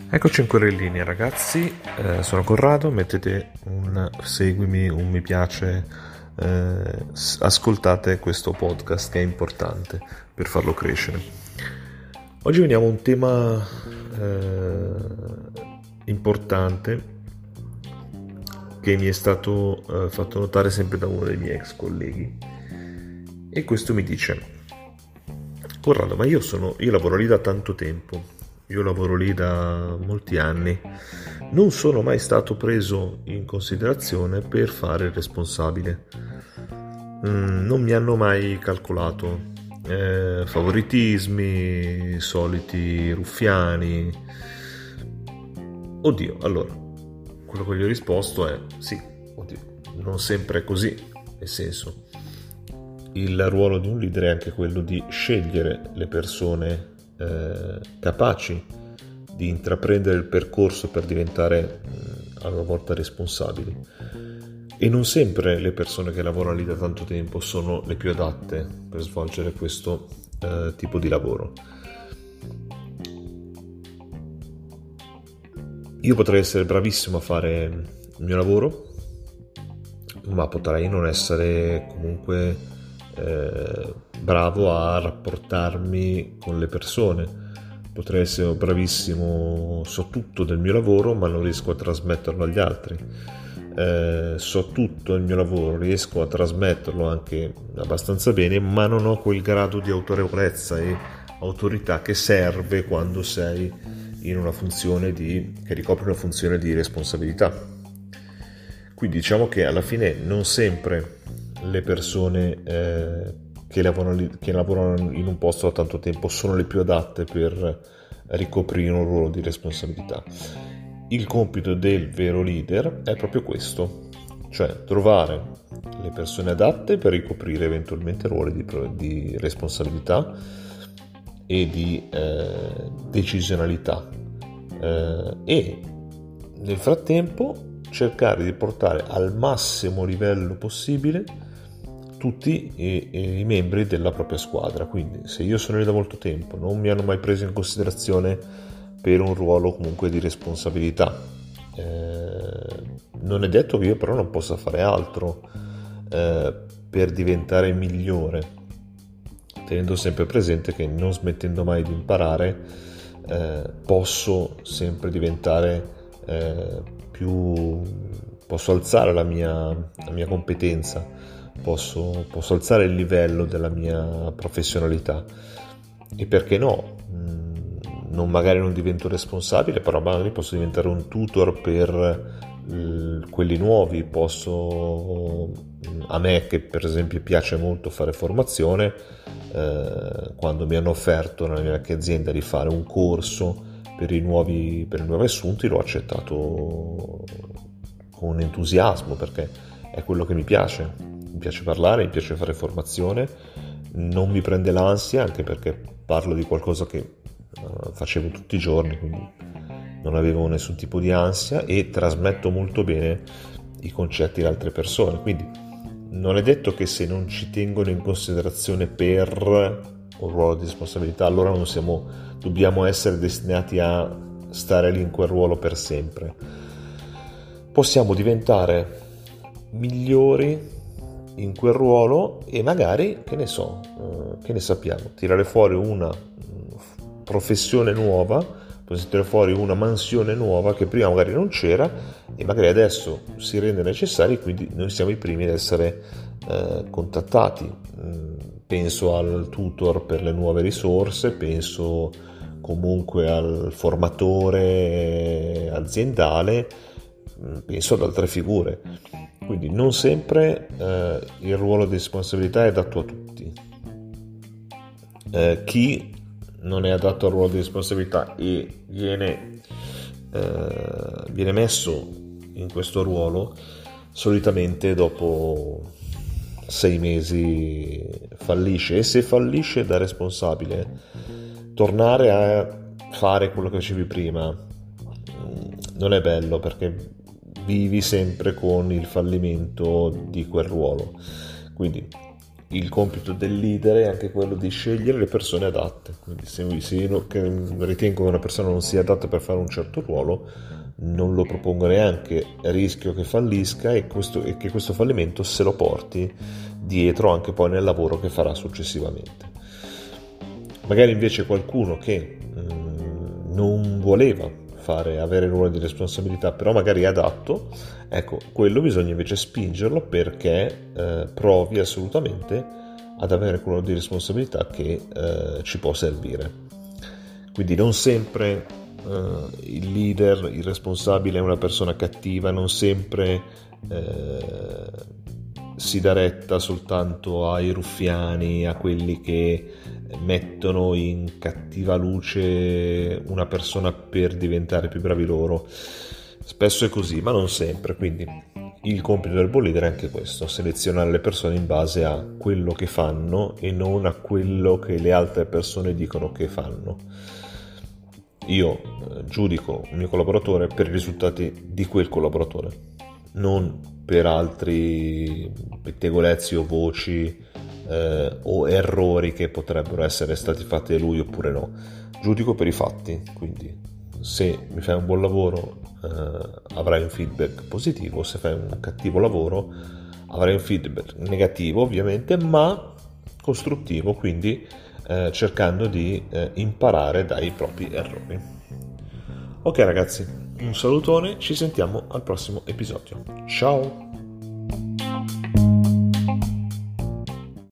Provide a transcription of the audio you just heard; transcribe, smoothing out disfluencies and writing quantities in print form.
Eccoci ancora in linea ragazzi, sono Corrado, mettete un seguimi, un mi piace, ascoltate questo podcast che è importante per farlo crescere. Oggi veniamo a un tema importante che mi è stato fatto notare sempre da uno dei miei ex colleghi, e questo mi dice: Corrado, ma io lavoro lì da tanto tempo. Io lavoro lì da molti anni, non sono mai stato preso in considerazione per fare il responsabile. Non mi hanno mai calcolato favoritismi, soliti ruffiani. Oddio, allora, quello che gli ho risposto è sì, oddio, non sempre è così, nel senso, il ruolo di un leader è anche quello di scegliere le persone capaci di intraprendere il percorso per diventare a loro volta responsabili, e non sempre le persone che lavorano lì da tanto tempo sono le più adatte per svolgere questo tipo di lavoro. Io potrei essere bravissimo a fare il mio lavoro, ma potrei non essere comunque bravo a rapportarmi con le persone. Potrei essere bravissimo, so tutto del mio lavoro ma non riesco a trasmetterlo agli altri. So tutto del mio lavoro, riesco a trasmetterlo anche abbastanza bene, ma non ho quel grado di autorevolezza e autorità che serve quando sei in una funzione che ricopre una funzione di responsabilità. Quindi diciamo che alla fine non sempre le persone che lavorano in un posto da tanto tempo sono le più adatte per ricoprire un ruolo di responsabilità. Il compito del vero leader è proprio questo, cioè trovare le persone adatte per ricoprire eventualmente ruoli di responsabilità e di decisionalità, e nel frattempo cercare di portare al massimo livello possibile tutti i membri della propria squadra. Quindi se io sono lì da molto tempo, non mi hanno mai preso in considerazione per un ruolo comunque di responsabilità, non è detto che io però non possa fare altro per diventare migliore, tenendo sempre presente che non smettendo mai di imparare posso sempre diventare posso alzare la mia competenza, posso alzare il livello della mia professionalità, e perché no, magari non divento responsabile, però magari posso diventare un tutor per quelli nuovi. A me, che per esempio piace molto fare formazione, quando mi hanno offerto nella mia vecchia azienda di fare un corso per i nuovi assunti, l'ho accettato con entusiasmo, perché è quello che mi piace parlare, mi piace fare formazione, non mi prende l'ansia, anche perché parlo di qualcosa che facevo tutti i giorni, quindi non avevo nessun tipo di ansia e trasmetto molto bene i concetti alle altre persone. Quindi non è detto che se non ci tengono in considerazione per un ruolo di responsabilità, allora dobbiamo essere destinati a stare lì in quel ruolo per sempre. Possiamo diventare migliori in quel ruolo e magari, che ne sappiamo, tirare fuori una professione nuova, possiamo tirare fuori una mansione nuova che prima magari non c'era e magari adesso si rende necessaria, e quindi noi siamo i primi ad essere contattati. Penso al tutor per le nuove risorse, penso comunque al formatore aziendale, penso ad altre figure. Quindi non sempre il ruolo di responsabilità è dato a tutti. Chi non è adatto al ruolo di responsabilità e viene messo in questo ruolo, solitamente dopo 6 mesi fallisce, e se fallisce da responsabile, tornare a fare quello che facevi prima non è bello, perché vivi sempre con il fallimento di quel ruolo. Quindi il compito del leader è anche quello di scegliere le persone adatte. Quindi se io ritengo che una persona non sia adatta per fare un certo ruolo, non lo propongo neanche, rischio che fallisca e che questo fallimento se lo porti dietro anche poi nel lavoro che farà successivamente. Magari invece qualcuno che non voleva avere il ruolo di responsabilità, però magari è adatto, ecco, quello bisogna invece spingerlo perché provi assolutamente ad avere quello di responsabilità che ci può servire. Quindi non sempre il leader, il responsabile è una persona cattiva, non sempre si dà retta soltanto ai ruffiani, a quelli che mettono in cattiva luce una persona per diventare più bravi loro. Spesso è così, ma non sempre. Quindi il compito del buon leader è anche questo: selezionare le persone in base a quello che fanno e non a quello che le altre persone dicono che fanno. Io giudico il mio collaboratore per i risultati di quel collaboratore, non per altri pettegolezzi o voci o errori che potrebbero essere stati fatti da lui oppure no. Giudico per i fatti, quindi se mi fai un buon lavoro avrai un feedback positivo, se fai un cattivo lavoro avrai un feedback negativo ovviamente, ma costruttivo, quindi cercando di imparare dai propri errori. Ok ragazzi, un salutone, ci sentiamo al prossimo episodio. Ciao!